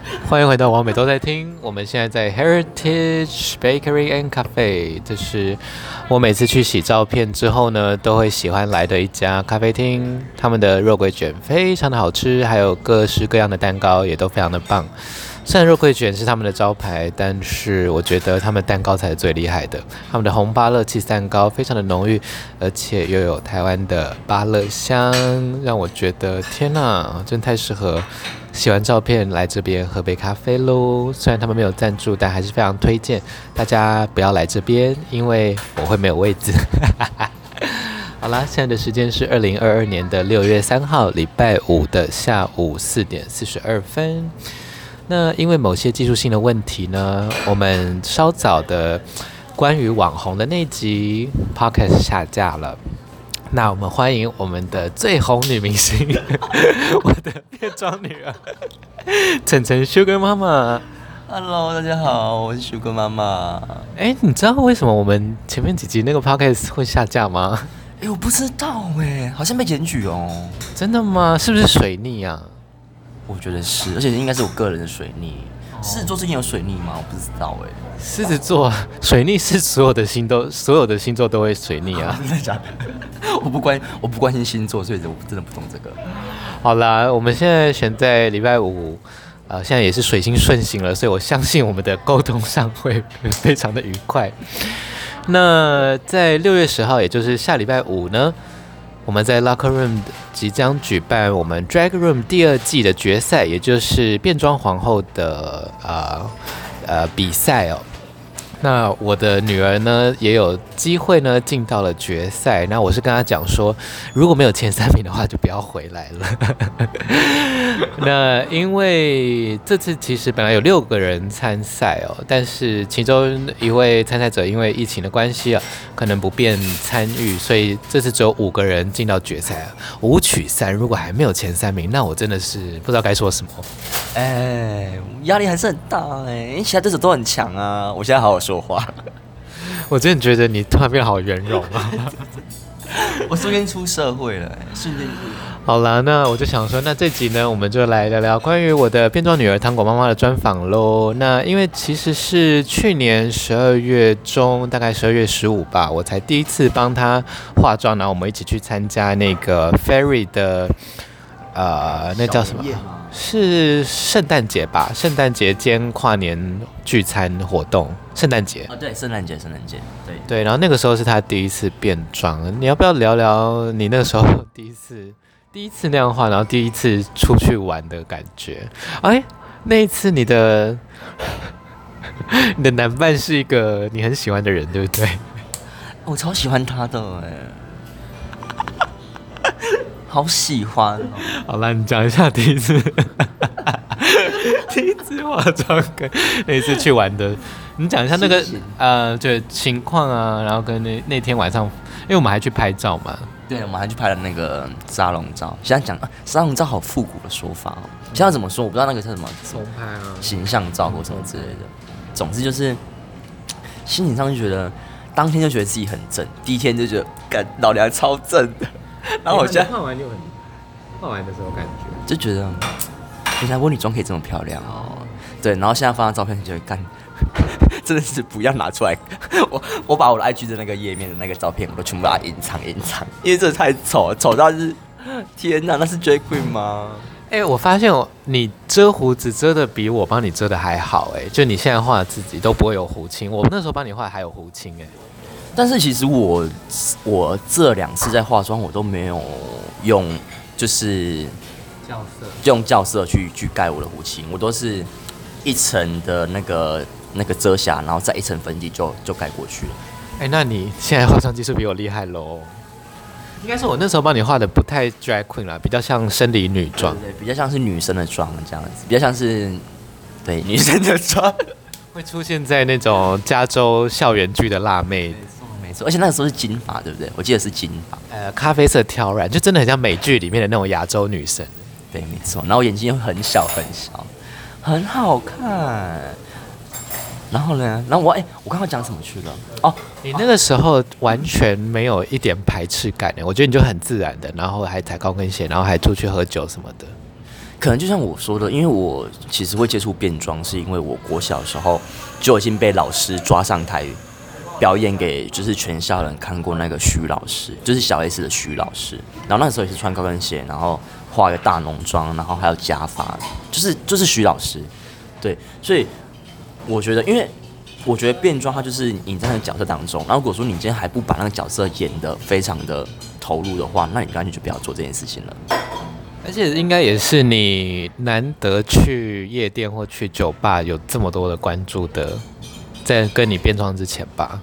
欢迎回到我每都在听。我们现在在 Heritage Bakery and Cafe， 这是我每次去洗照片之后呢，都会喜欢来的一家咖啡厅。他们的肉桂卷非常的好吃，还有各式各样的蛋糕也都非常的棒。虽然肉桂卷是他们的招牌，但是我觉得他们蛋糕才是最厉害的。他们的红芭乐起司蛋糕非常的浓郁，而且又有台湾的芭乐香，让我觉得天哪，真太适合洗完照片来这边喝杯咖啡喽。虽然他们没有赞助，但还是非常推荐大家不要来这边，因为我会没有位置。好啦，现在的时间是2022年的6月3号，礼拜五的下午4点42分。那因为某些技术性的问题呢，我们稍早的关于网红的那集 podcast 下架了。那我们欢迎我们的最红女明星，我的变装女儿晨晨 Sugar 妈妈。 Hello， 大家好，我是 Sugar 妈妈。 你知道为什么我们前面几集那个 podcast 会下架吗？ 我不知道好像被检举哦。 真的吗？是不是水逆啊？ 我觉得是，而且应该是我个人的水逆。狮子座最近有水逆吗？我不知道狮子座水逆是所有的星座都会水逆啊。 真的假的？我不关心星座，所以我真的不懂这个。 好啦，我们现在选在礼拜五，现在也是水星顺行了，所以我相信我们的沟通上会非常的愉快。那在6月10号，也就是下礼拜五呢，我们在 Locker Room 即将举办我们 Drag Room 第2季的决赛，也就是变装皇后的比赛哦。那我的女儿呢也有机会呢进到了决赛，那我是跟她讲说，如果没有前3名的话就不要回来了。那因为这次其实本来有6个人参赛哦，但是其中一位参赛者因为疫情的关系可能不便参与，所以这次只有5个人进到决赛5取3。如果还没有前3名，那我真的是不知道该说什么。 压力还是很大其他对手都很强啊。我现在好好说话。 我真的觉得你突然变得好圆融啊。 我瞬间出社会了瞬间。 好啦，那我就想说，那这集呢，我们就来聊聊关于我的变装女儿糖果妈妈的专访咯。那因为其实是去年12月中，大概12月15吧，我才第一次帮她化妆，然后我们一起去参加那个 Fairy 的那叫什么？是圣诞节吧？圣诞节兼跨年聚餐活动，圣诞节对，圣诞节， 对。然后那个时候是她第一次变装，你要不要聊聊你那个时候第一次那样化，然后第一次出去玩的感觉？那一次你的男伴是一个你很喜欢的人，对不对？ 我超喜欢他的好喜欢好啦，你讲一下第一次化妆跟那一次去玩的，你讲一下那个就情况啊，然后跟那天晚上，因为我们还去拍照嘛。 对，我们还去拍了那个沙龙照。现在讲沙龙照好复古的说法现在怎么说？我不知道那个叫什么重拍啊， 形象照或什么之类的。总之就是心情上就觉得，当天就觉得自己很正，第一天就觉得，干老娘超正的。然后我现在画完的时候感觉就觉得，原来我女装可以这么漂亮对，然后现在放上照片，就会干。真的是不要拿出来，我把我的 IG 的那个页面的那个照片，我都全部把它隐藏，因为这太丑到是，天哪，那是 Drag Queen 吗？ 我发现你遮胡子遮的比我帮你遮的还好就你现在画自己都不会有胡青，我那时候帮你画还有胡青但是其实我这2次在化妆，我都没有用就是校色去盖我的胡青，我都是一层的那个遮瑕，然后再一层粉底就盖过去了。 那你现在化妆技术比我厉害咯。应该是我那时候帮你画的不太 drag queen 啦，比较像生理女装， 对，比较像是女生的妆这样子，比较像是对女生的妆， 会出现在那种加州校园剧的辣妹。 没错，而且那个时候是金发，对不对？我记得是金发， 咖啡色挑染，就真的很像美剧里面的那种亚洲女生。 对，没错。然后眼睛又很小，很好看。然后呢？然后我刚刚讲什么去了？ 你那个时候完全没有一点排斥感我觉得你就很自然的，然后还踩高跟鞋，然后还出去喝酒什么的。 可能就像我说的，因为我其实会接触变装，是因为我国小的时候就已经被老师抓上台表演给就是全校人看过那个徐老师，就是小 S 的徐老师。然后那时候也是穿高跟鞋，然后画一个大浓妆，然后还有假发，就是徐老师。对，所以我觉得，因为我觉得变装它就是你在那个角色当中，然后如果说你今天还不把那个角色演得非常的投入的话，那你干脆就不要做这件事情了。 而且应该也是你难得去夜店或去酒吧有这么多的关注的，在跟你变装之前吧？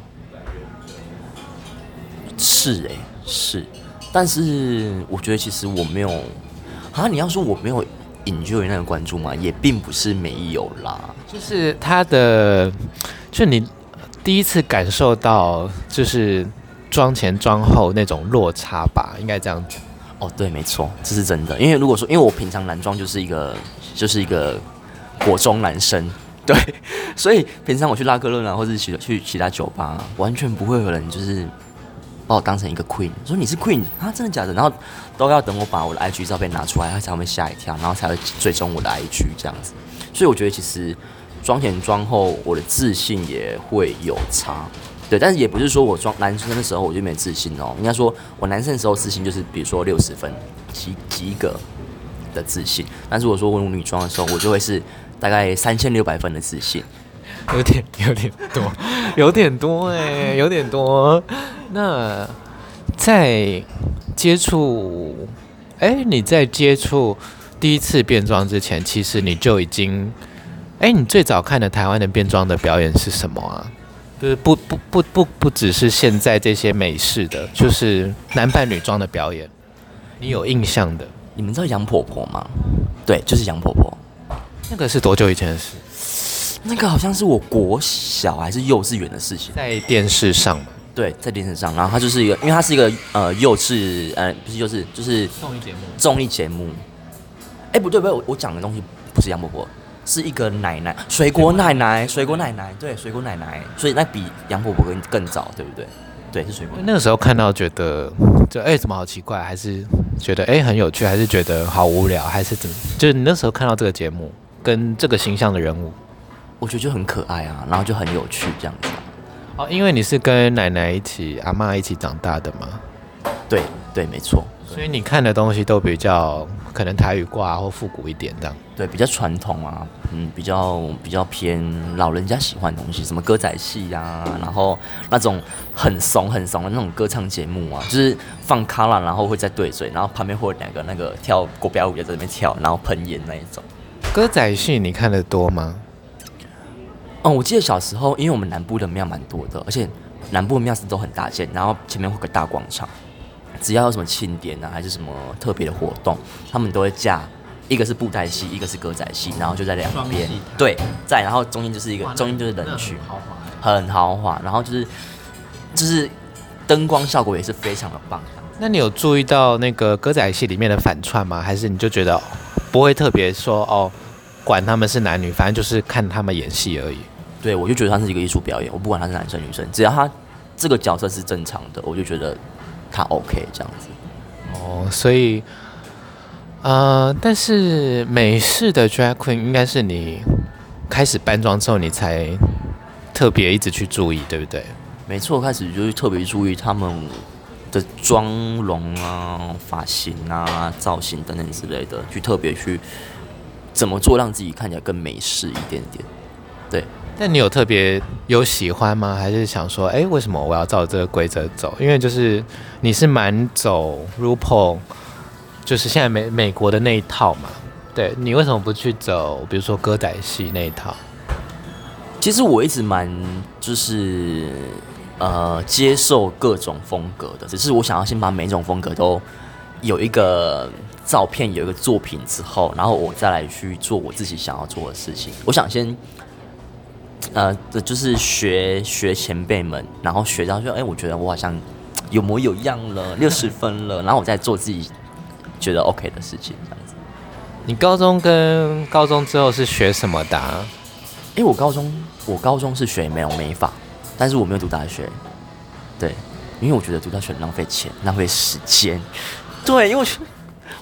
是是，但是我觉得其实我没有你要说我没有enjoy那个关注嘛，也并不是没有啦。 就是他的，就你第一次感受到就是妆前妆后那种落差吧，应该这样讲。 哦，对，没错，这是真的。因为如果说，因为我平常男装就是一个国中男生，对，所以平常我去拉客论啊，或者去其他酒吧，完全不会有人就是把我当成一个 queen， 说你是 queen 啊，真的假的？然后都要等我把我的 IG 照片拿出来，他才会吓一跳，然后才会追踪我的 IG 这样子。所以我觉得其实妆前妆后，我的自信也会有差。对，但是也不是说我男生的时候我就没自信哦，应该说我男生的时候自信就是比如说60分及格的自信，但是我说我女装的时候，我就会是大概3600分的自信， 有点多，有点多有点多。那在接触，你在接触第一次变装之前，其实你就已经，你最早看的台湾的变装的表演是什么啊？就是不只是现在这些美式的，就是男扮女装的表演，你有印象的？ 你们知道杨婆婆吗？对，就是杨婆婆。 那个是多久以前的事？ 那个好像是我国小还是幼稚园的事情， 在电视上嘛。 对，在电视上，然后它就是一个，因为它是一个幼稚不是幼稚，就是综艺节目。不对，我讲的东西不是杨婆婆。是一个奶奶，水果奶奶，对，水果奶奶，所以那比杨婆婆更早，对不对？对，是水果奶奶。 那个时候看到觉得，就怎么好奇怪，还是觉得很有趣，还是觉得好无聊，还是怎么？就是你那时候看到这个节目跟这个形象的人物， 我觉得就很可爱啊，然后就很有趣这样子。 哦，因为你是跟奶奶阿嬷一起长大的嘛。 对，没错。 所以你看的东西都比较可能台语挂或复古一点这样。 对，比较传统啊，比较偏老人家喜欢的东西，什么歌仔戏啊，然后那种很怂的那种歌唱节目啊，就是放卡拉，然后会再对嘴，然后旁边会有两个那个跳国标舞在这边跳，然后喷烟那一种。 歌仔戏你看得多吗？ 我记得小时候，因为我们南部的庙蛮多的，而且南部的庙是都很大间，然后前面会有个大广场。只要有什么庆典啊，还是什么特别的活动，他们都会架一个是布袋戏，一个是歌仔戏，然后就在两边，对，然后中间就是人群，很豪华，然后就是灯光效果也是非常的棒。 那你有注意到那个歌仔戏里面的反串吗？还是你就觉得不会特别说管他们是男女，反正就是看他们演戏而已？ 对，我就觉得它是一个艺术表演，我不管他是男生女生，只要他这个角色是正常的，我就觉得他 OK 这样子。 所以但是美式的 drag queen 应该是你开始扮装之后，你才特别一直去注意，对不对？ 没错，开始就是特别注意他们的妆容啊、发型啊、造型等等之类的，去特别去怎么做让自己看起来更美式一点点。对。 但你有特别有喜欢吗？还是想说，为什么我要照这个规则走？因为就是你是蛮走 RuPaul， 就是现在美国的那一套嘛。对，你为什么不去走，比如说歌仔戏那一套？ 其实我一直蛮就是接受各种风格的，只是我想要先把每种风格都有一个照片，有一个作品之后，然后我再来去做我自己想要做的事情。我想先。就是学前辈们，然后学到说，我觉得我好像有模有样了，60分了，然后我再做自己觉得 OK 的事情，这样子。 你高中跟高中之后是学什么的啊？ 我高中是学美发，但是我没有读大学。对，因为我觉得读大学很浪费钱，浪费时间。对，因为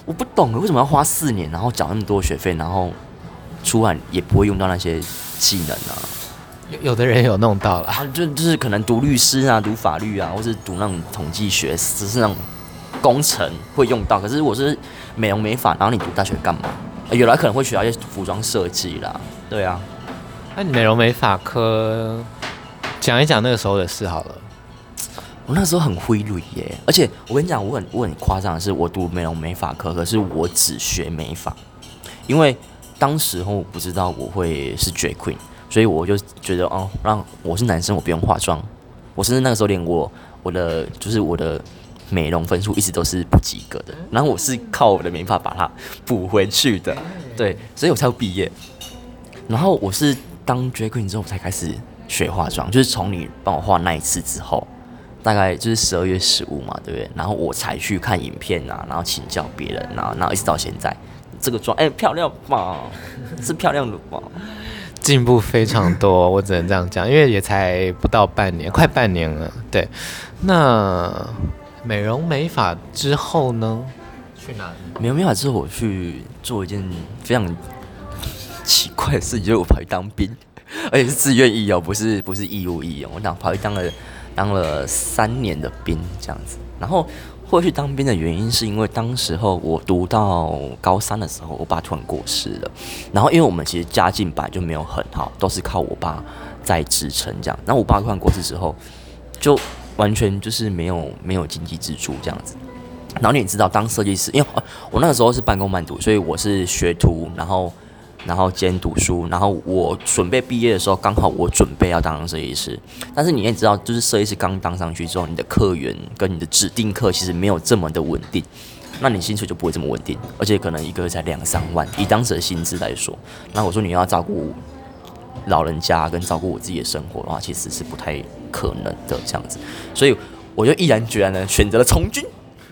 我不懂为什么要花4年，然后缴那么多学费，然后出来也不会用到那些技能啊。 有的人有弄到啦， 就是可能读律师啊，读法律啊，或是读那种统计学，只是那种工程会用到。可是我是美容美发，然后你读大学干嘛？有来可能会学到一些服装设计啦，对啊。 那你美容美发科讲一讲那个时候的事好了。 我那时候很灰绿耶，而且我跟你讲，我很夸张的是，我读美容美发科，可是我只学美发，因为当时候我不知道我会是 drag queen。所以我就觉得让我是男生，我不用化妆。我甚至那个时候连我的美容分数一直都是不及格的，然后我是靠我的美发把它补回去的，对，所以我才会毕业。然后我是当 drag queen 之后，我才开始学化妆，就是从你帮我画那一次之后，大概就是12月15嘛，对不对？然后我才去看影片啊，然后请教别人啊，然后一直到现在，这个妆漂亮吧？是漂亮的吧？ 进步非常多，我只能这样讲，因为也才不到半年，快半年了。对，那美容美发之后呢？去哪里？ 美容美发之后，我去做一件非常奇怪的事情，就是我跑去当兵，而且是自愿役哦，不是义务役哦。我跑去当了3年的兵这样子，然后。会去当兵的原因是因为当时候我读到高3的时候，我爸突然过世了。然后因为我们其实家境本来就没有很好，都是靠我爸在支撑这样。然后我爸突然过世之后，就完全就是没有经济支柱这样子。然后你也知道，当设计师，因为我那个时候是半工半读，所以我是学徒，然后兼读书，然后我准备毕业的时候，刚好我准备要当设计师。但是你也知道，就是设计师刚当上去之后，你的客源跟你的指定课其实没有这么的稳定，那你薪水就不会这么稳定，而且可能一个月才2-3万，以当时的薪资来说。那我说你要照顾老人家跟照顾我自己的生活的话，其实是不太可能的这样子，所以我就毅然决然的选择了从军。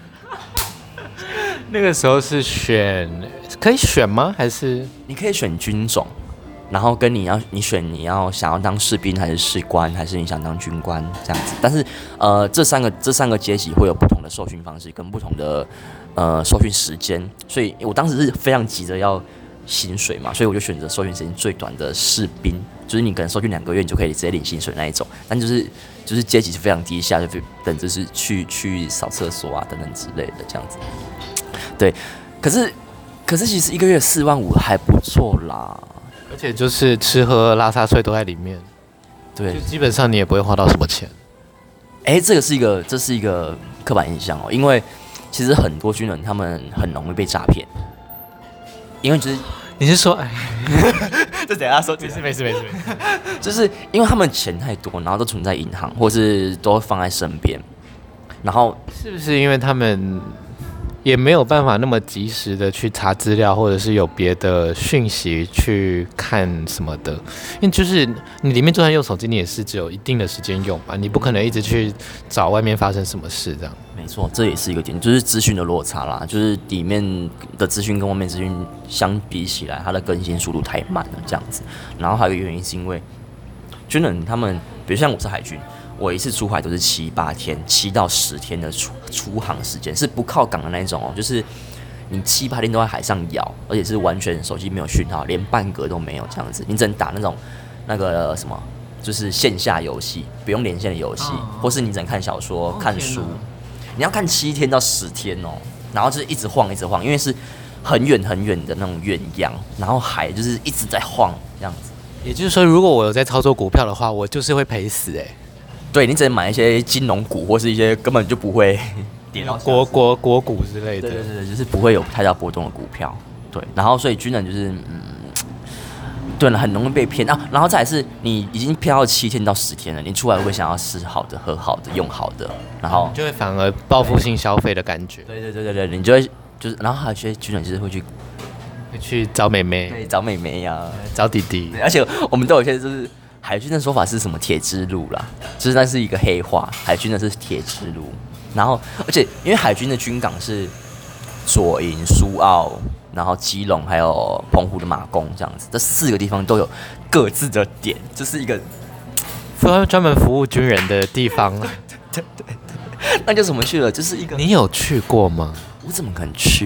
那个时候是可以选吗？还是你可以选军种，然后跟你选你要想要当士兵还是士官，还是你想当军官这样子。但是这三个阶级会有不同的受训方式跟不同的受训时间，所以我当时是非常急着要薪水嘛，所以我就选择受训时间最短的士兵，就是你可能受训2个月你就可以直接领薪水那一种，但就是阶级是非常低下，就等着是去扫厕所啊等等之类的这样子。对，可是其实1个月4万5还不错啦， 而且就是吃喝拉撒睡都在里面， 对， 就基本上你也不会花到什么钱。 这是一个刻板印象哦，因为其实很多军人他们很容易被诈骗，因为就是你是说， 这等一下说， 没事， 就是因为他们钱太多，然后都存在银行，或是都放在身边，然后是不是因为他们也没有办法那么及时的去查资料，或者是有别的讯息去看什么的？因为就是你里面就算用手机，你也是只有一定的时间用吧，你不可能一直去找外面发生什么事这样。 没错，这也是一个点，就是资讯的落差啦，就是里面的资讯跟外面资讯相比起来，它的更新速度太慢了这样子。然后还有一个原因是因为军人他们，比如像我是海军。我一次出海都是7-8天，7到10天的出航时间，是不靠港的那一种哦，就是你7-8天都在海上摇，而且是完全手机没有讯号，连半格都没有这样子，你只能打那个什么，就是线下游戏，不用连线的游戏，或是你只能看小说、看书，你要看7天到10天哦，然后就是一直晃，因为是很远的那种远洋，然后海就是一直在晃这样子。 也就是说，如果我有在操作股票的话，我就是会赔死对，你只能买一些金融股，或是一些根本就不会跌到国股之类的。 对，就是不会有太大波动的股票。对，然后所以军人就是对了，很容易被骗啊。然后再来是你已经飘到7天到10天了，你出来会想要吃好的、喝好的、用好的，然后就会反而报复性消费的感觉。 对，你就会就是，然后还有些军人就是会去找妹妹， 对，找妹妹呀， 找弟弟， 而且我们都有些就是。海军的说法是什么铁之路啦，就是那是一个黑话，海军的是铁之路。然后，而且因为海军的军港是左营、苏澳，然后基隆还有澎湖的马公这样子，这4个地方都有各自的点，就是一个专门服务军人的地方。 对，那就是我们去了，就是一个。 你有去过吗？ 我怎么可能去？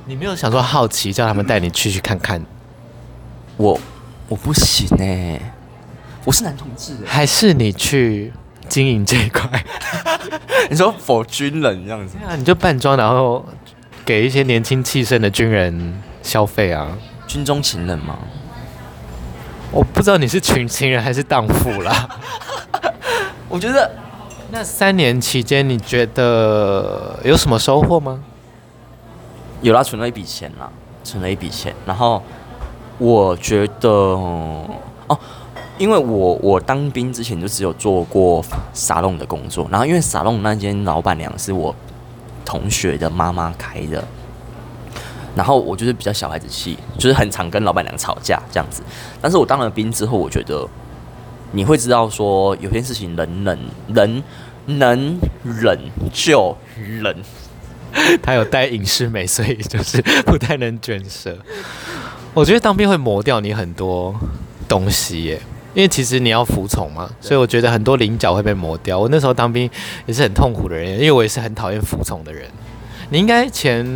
你没有想说好奇叫他们带你去看看？ 我不行我是男同志还是你去经营这一块？ 你说否军人这样子？ 对啊，你就扮装，然后给一些年轻气盛的军人消费啊。 军中情人吗？ 我不知道你是群情人还是荡妇啦。 我觉得那3年期间，你觉得有什么收获吗？ 有啦，存了一笔钱，然后我觉得因为我当兵之前就只有做过沙龙的工作，然后因为沙龙那间老板娘是我同学的妈妈开的，然后我就是比较小孩子气，就是很常跟老板娘吵架这样子。但是我当了兵之后，我觉得你会知道说，有些事情人能忍就忍。 他有带影视美，所以就是不太能卷舌。我觉得当兵会磨掉你很多东西耶，因为其实你要服从嘛，所以我觉得很多棱角会被磨掉。我那时候当兵也是很痛苦的人，因为我也是很讨厌服从的人。你应该前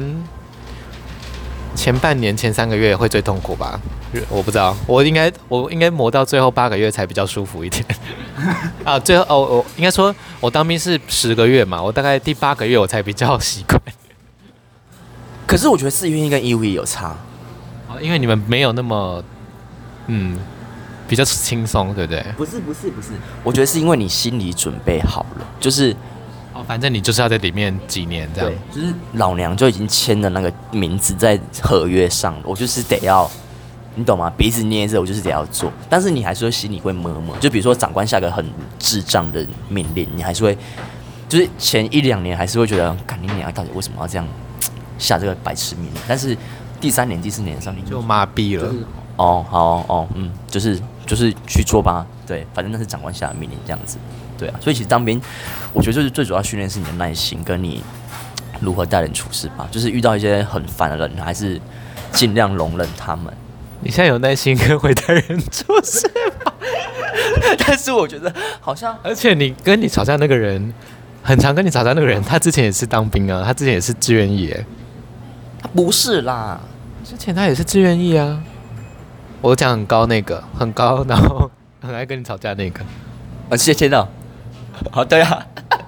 半年前3个月会最痛苦吧？我不知道，我应该磨到最后8个月才比较舒服一点。啊，最后我应该说，我当兵是10个月嘛，我大概第8个月我才比较习惯。 可是我觉得自愿役跟义务役有差， 因为你们没有那么比较轻松，对不对？ 不是，我觉得是因为你心理准备好了，就是反正你就是要在里面几年这样， 就是老娘就已经签了那个名字在合约上了，我就是得要。你懂吗？鼻子捏着，我就是得要做，但是你还是会心里会摸摸。就比如说长官下个很智障的命令，你还是会，就是前1-2年还是会觉得，干你娘到底为什么要这样下这个白痴命令？但是第3年、第4年的时候，你就麻痹了。 好，就是去做吧。对，反正那是长官下的命令，这样子。对啊，所以其实当兵，我觉得就是最主要训练是你的耐心跟你如何待人处事吧。就是遇到一些很烦的人，还是尽量容忍他们。 你现在有耐心跟会待人处事吗？ 但是我觉得好像， 而且你跟你吵架那个人，很常跟你吵架那个人，他之前也是当兵啊，他之前也是志愿役耶。 他不是啦， 之前他也是志愿役啊。我讲很高那个，很高，然后很爱跟你吵架那个。 谢谢的。好，对啊。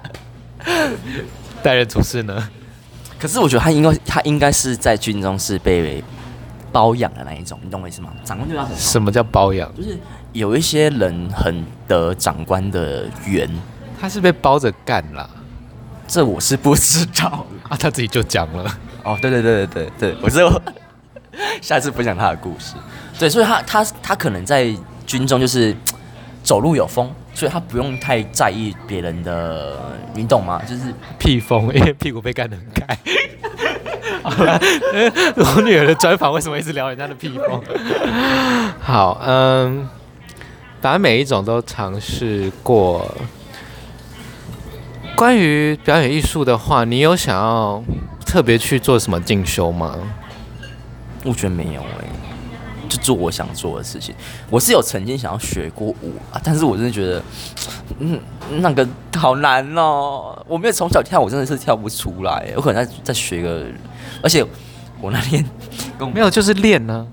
待人处事呢？ 可是我觉得他应该是在军中是被包养的那一种，你懂我意思吗？长官对他很好。 什么叫包养？ 就是有一些人很得长官的缘， 他是被包着干啦。 这我是不知道啊，他自己就讲了。 哦，对，我下次分享他的故事。对，所以他可能在军中就是走路有风，所以他不用太在意别人的，你懂吗？就是屁风，因为屁股被干得很开。好了，我女儿的专访为什么一直聊人家的屁风？好，反正每一种都尝试过。关于表演艺术的话，你有想要特别去做什么进修吗？ 我觉得没有就做我想做的事情。我是有曾经想要学过舞啊，但是我真的觉得，那个好难哦。我没有从小跳，我真的是跳不出来。我可能再学个，而且我那天没有，就是练呢。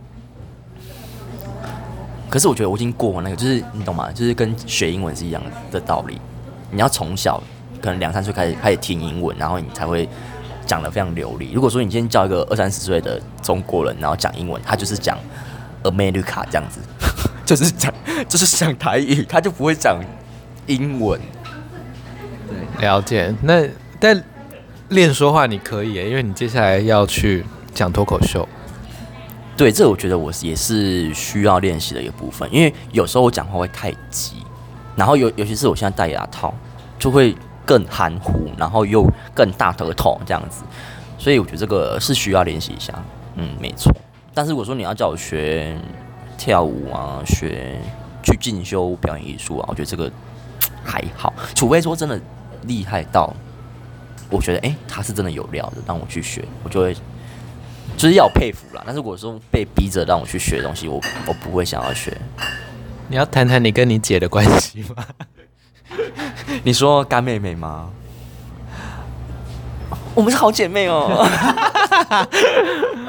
可是我觉得我已经过那个，就是你懂吗？就是跟学英文是一样的道理。你要从小可能2-3岁开始听英文，然后你才会讲得非常流利。如果说你今天叫一个20-30岁的中国人，然后讲英文，他就是讲 America 这样子，就是讲台语，他就不会讲英文。 对，了解。那但练说话你可以耶，因为你接下来要去讲脱口秀。 对，这我觉得我也是需要练习的一个部分，因为有时候我讲话会太急，然后尤其是我现在戴牙套，就会更含糊，然后又更大舌头这样子，所以我觉得这个是需要练习一下。没错。但是如果说你要叫我学跳舞啊，去进修表演艺术啊，我觉得这个还好，除非说真的厉害到，我觉得他是真的有料的，让我去学，我就会就是要佩服啦。但是如果说被逼着让我去学的东西，我不会想要学。 你要谈谈你跟你姐的关系吗？ 你说干妹妹吗？我们是好姐妹哦。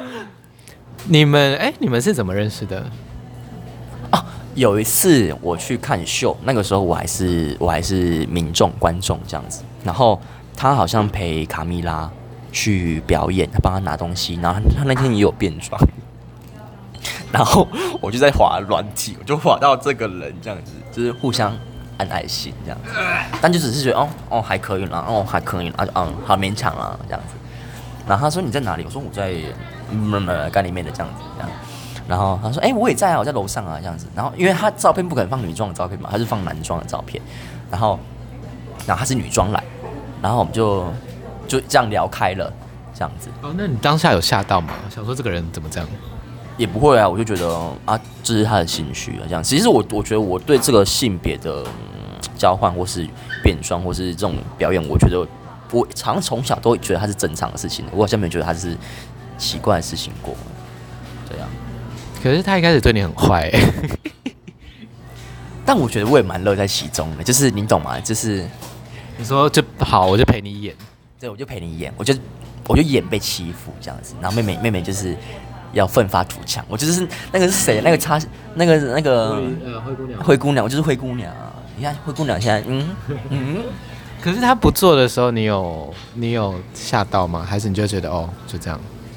你们是怎么认识的？ 有一次我去看秀，那个时候我还是民众观众这样子，然后他好像陪卡蜜拉去表演，他帮他拿东西，然后他那天也有变装，然后我就在滑软体，我就滑到这个人这样子，就是互相按爱心这样子，但就只是觉得哦还可以啦，还可以啦，好勉强啦这样子。然后他说你在哪里？我说我在干里面的这样子这样。然后他说我也在啊，我在楼上啊这样子。然后因为他照片不可能放女装的照片嘛，他是放男装的照片。然后他是女装来，然后我们就这样聊开了这样子。 那你当下有吓到吗？想说这个人怎么这样？ 也不会啊，我就觉得这是他的兴趣啊这样。其实我觉得我对这个性别的交换或是变装或是这种表演，我觉得我从小都觉得它是正常的事情，我好像没有觉得它是奇怪的事情过。对啊。 可是他一开始对你很坏但我觉得我也蛮乐在其中的，就是你懂吗？就是你说就好，我就陪你演， 对，我就陪你演，我就演被欺负这样子，然后妹妹就是要奋发图强，我就是那个是谁？那个灰姑娘，我就是灰姑娘。你看灰姑娘现在可是他不做的时候，你有吓到吗？还是你就觉得就这样？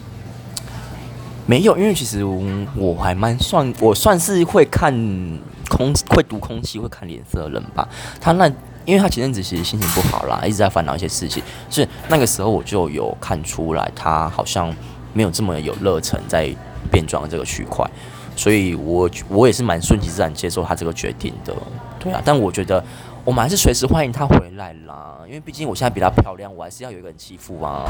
没有，因为其实我还我算是会会读空气、会看脸色的人吧。因为他前阵子其实心情不好啦，一直在烦恼一些事情，所以那个时候我就有看出来，他好像没有这么有热忱在变装这个区块，所以我也是蛮顺其自然接受他这个决定的。对啊，但我觉得我们还是随时欢迎他回来啦，因为毕竟我现在比他漂亮，我还是要有一个人欺负啊。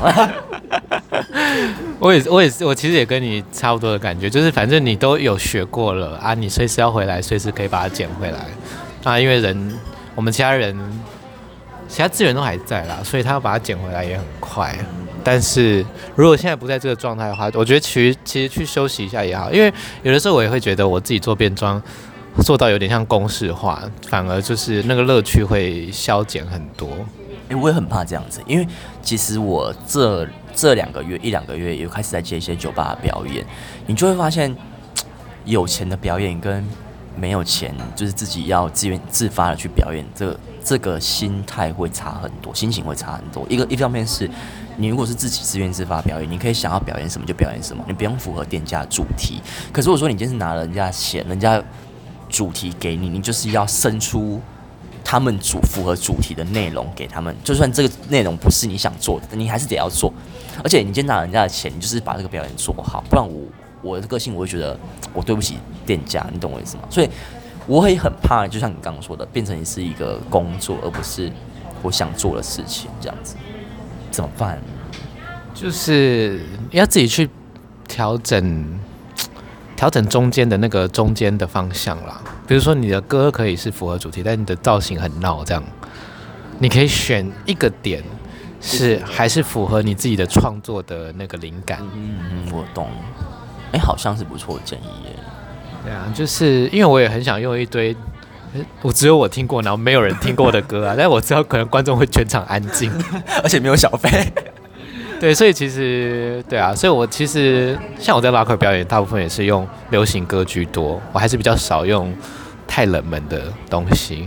我其实也跟你差不多的感觉，就是反正你都有学过了啊，你随时要回来，随时可以把它捡回来啊。因为我们其他资源都还在啦，所以他要把它捡回来也很快。但是如果现在不在这个状态的话，我觉得其实去休息一下也好，因为有的时候我也会觉得我自己做变装做到有点像公式化，反而就是那个乐趣会消减很多。 我也很怕这样子，因为其实我这一两个月也开始在接一些酒吧的表演，你就会发现有钱的表演跟没有钱，就是自己要自发的去表演，这个心态会差很多，心情会差很多。一方面是你如果是自己自愿自发表演，你可以想要表演什么就表演什么，你不用符合店家的主题。可是如果说你今天是拿了人家的钱，人家主题给你，你就是要生出他们符合主题的内容给他们，就算这个内容不是你想做的，你还是得要做。而且你今天拿人家的钱，你就是把这个表演做好，不然我的个性我会觉得我对不起店家，你懂我意思吗？所以我也很怕，就像你刚刚说的，变成是一个工作，而不是我想做的事情，这样子怎么办？ 就是要自己去调整中间的那个中间的方向啦。比如说你的歌可以是符合主题，但你的造型很闹，这样你可以选一个点还是符合你自己的创作的那个灵感。 我懂。好像是不错的建议耶。 对啊，就是因为我也很想用一堆只有我听过，然后没有人听过的歌啊，但是我知道可能观众会全场安静， 而且没有小费。 对，所以其实对啊，所以我其实像我在拉克表演，大部分也是用流行歌居多，我还是比较少用太冷门的东西。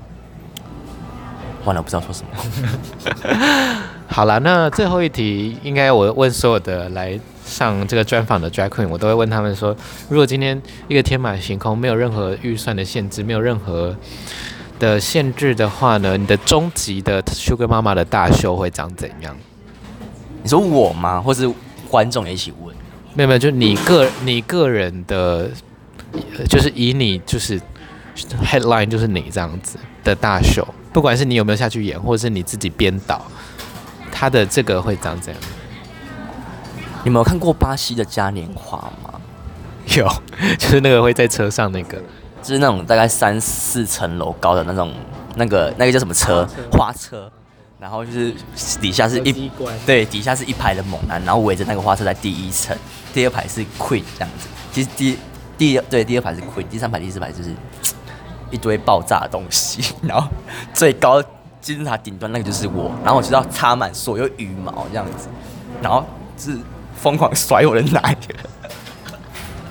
完了，不知道说什么。 好啦，那最后一题，应该我问所有的来上这个专访的 drag queen， 我都会问他们说，如果今天一个天马行空，没有任何预算的限制，没有任何的限制的话呢，你的终极的 Sugar Mama 的大秀会长怎样？ 你说我吗？或是观众也一起问？ 没有，就你个人的，就是以你就是 headline 就是你这样子的大秀，不管是你有没有下去演，或者是你自己编导，他的这个会长怎样？ 你们有看过巴西的嘉年华吗？ 有，就是那个会在车上那个， 就是那种大概3、4层楼高的那种，那个叫什么车？花车。然后就是底下是底下是一排的猛男，然后围着那个花车在第1层，第2排是 Queen 这样子。其实第2排是 Queen， 第3排、第4排就是一堆爆炸的东西，然后最高金字塔顶端那个就是我，然后我就要插满所有羽毛这样子，然后是疯狂甩我的奶。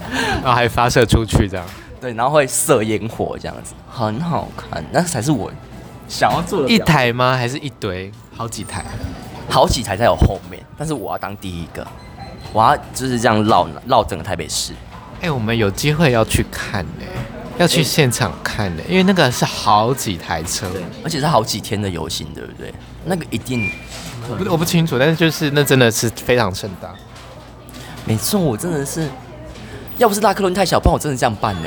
然后还发射出去这样。 对，然后会射烟火这样子，很好看，那才是我想要做的。 一台吗？还是一堆？好几台？ 好几台在我后面，但是我要当第一个，我要就是这样绕整个台北市。 我们有机会要去看呢，要去现场看呢，因为那个是好几台车， 而且是好几天的游行，对不对？那个一定， 我不清楚，但是就是那真的是非常盛大。 没错，我真的是，要不是拉克伦太小，不然我真的这样办呢。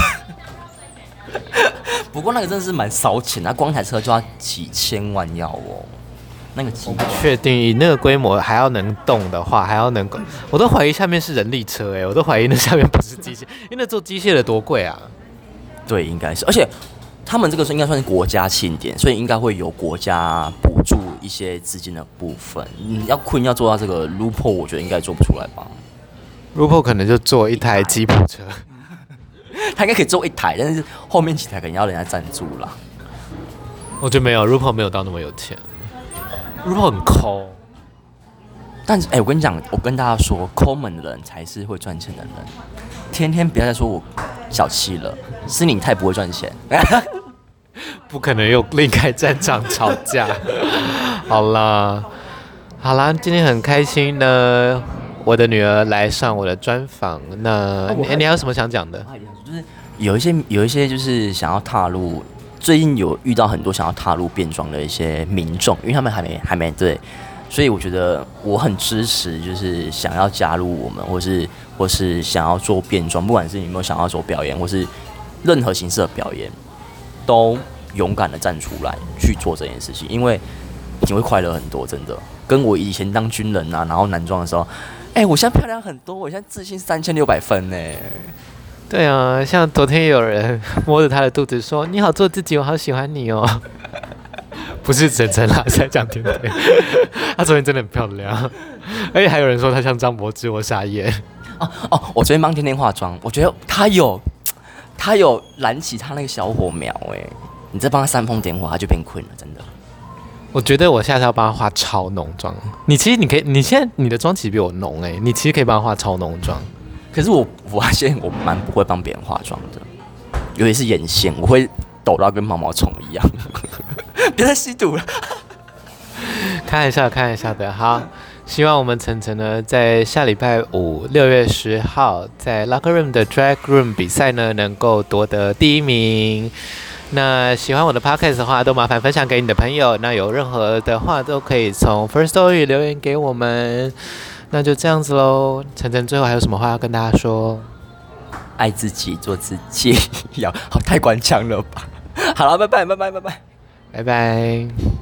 不过那个真的是蛮烧钱，那光台车就要几千万要哦。那个我不确定，以那个规模还要能动的话，还要能够，我都怀疑下面是人力车我都怀疑那下面不是机械，因为那做机械的多贵啊。 对，应该是，而且他们这个应该算是国家庆典，所以应该会有国家补助一些资金的部分。要做到这个 RuPaul， 我觉得应该做不出来吧。 RuPaul 可能就做一台吉普车， 他应该可以做一台，但是后面几台可能要人家赞助啦。 我觉得没有 RuPaul 没有到那么有钱，RuPaul 很抠。 但是我跟你讲，我跟大家说，抠门的人才是会赚钱的人。天天不要再说我小气了，是你太不会赚钱。 不可能又另开战场吵架。好啦，今天很开心呢，我的女儿来上我的专访。那你还有什么想讲的？ 就是有一些就是想要踏入，最近有遇到很多想要踏入变装的一些民众，因为他们还没对。所以我觉得我很支持，就是想要加入我们，或是想要做变装，不管是你有没有想要做表演，或是任何形式的表演，都勇敢的站出来去做这件事情，因为你会快乐很多，真的。跟我以前当军人啊，然后男装的时候，我现在漂亮很多，我现在自信3600分呢。 对啊，像昨天有人摸着她的肚子说：“你好做自己，我好喜欢你哦。”不是晨晨啦，是在讲甜甜。她昨天真的很漂亮，而且还有人说她像张柏芝，我傻眼。 我昨天帮甜甜化妆，我觉得她有燃起她那个小火苗你再帮她煽风点火，她就变 queen 了，真的。 我觉得我下次要帮她化超浓妆。你现在你的妆其实比我浓你其实可以帮她化超浓妆。 可是我发现我蛮不会帮别人化妆的，尤其是眼线，我会抖到跟毛毛虫一样。别再吸毒了。开玩笑的。好，希望我们晨晨呢，在下礼拜五6月10号在 Locker Room 的 Drag Room 比赛呢，能够夺得第1名。那喜欢我的 Podcast 的话，都麻烦分享给你的朋友。那有任何的话，都可以从 First Story 留言给我们。那就这样子咯。晨晨最后还有什么话要跟大家说？ 爱自己，做自己。太官腔了吧？好了，拜拜。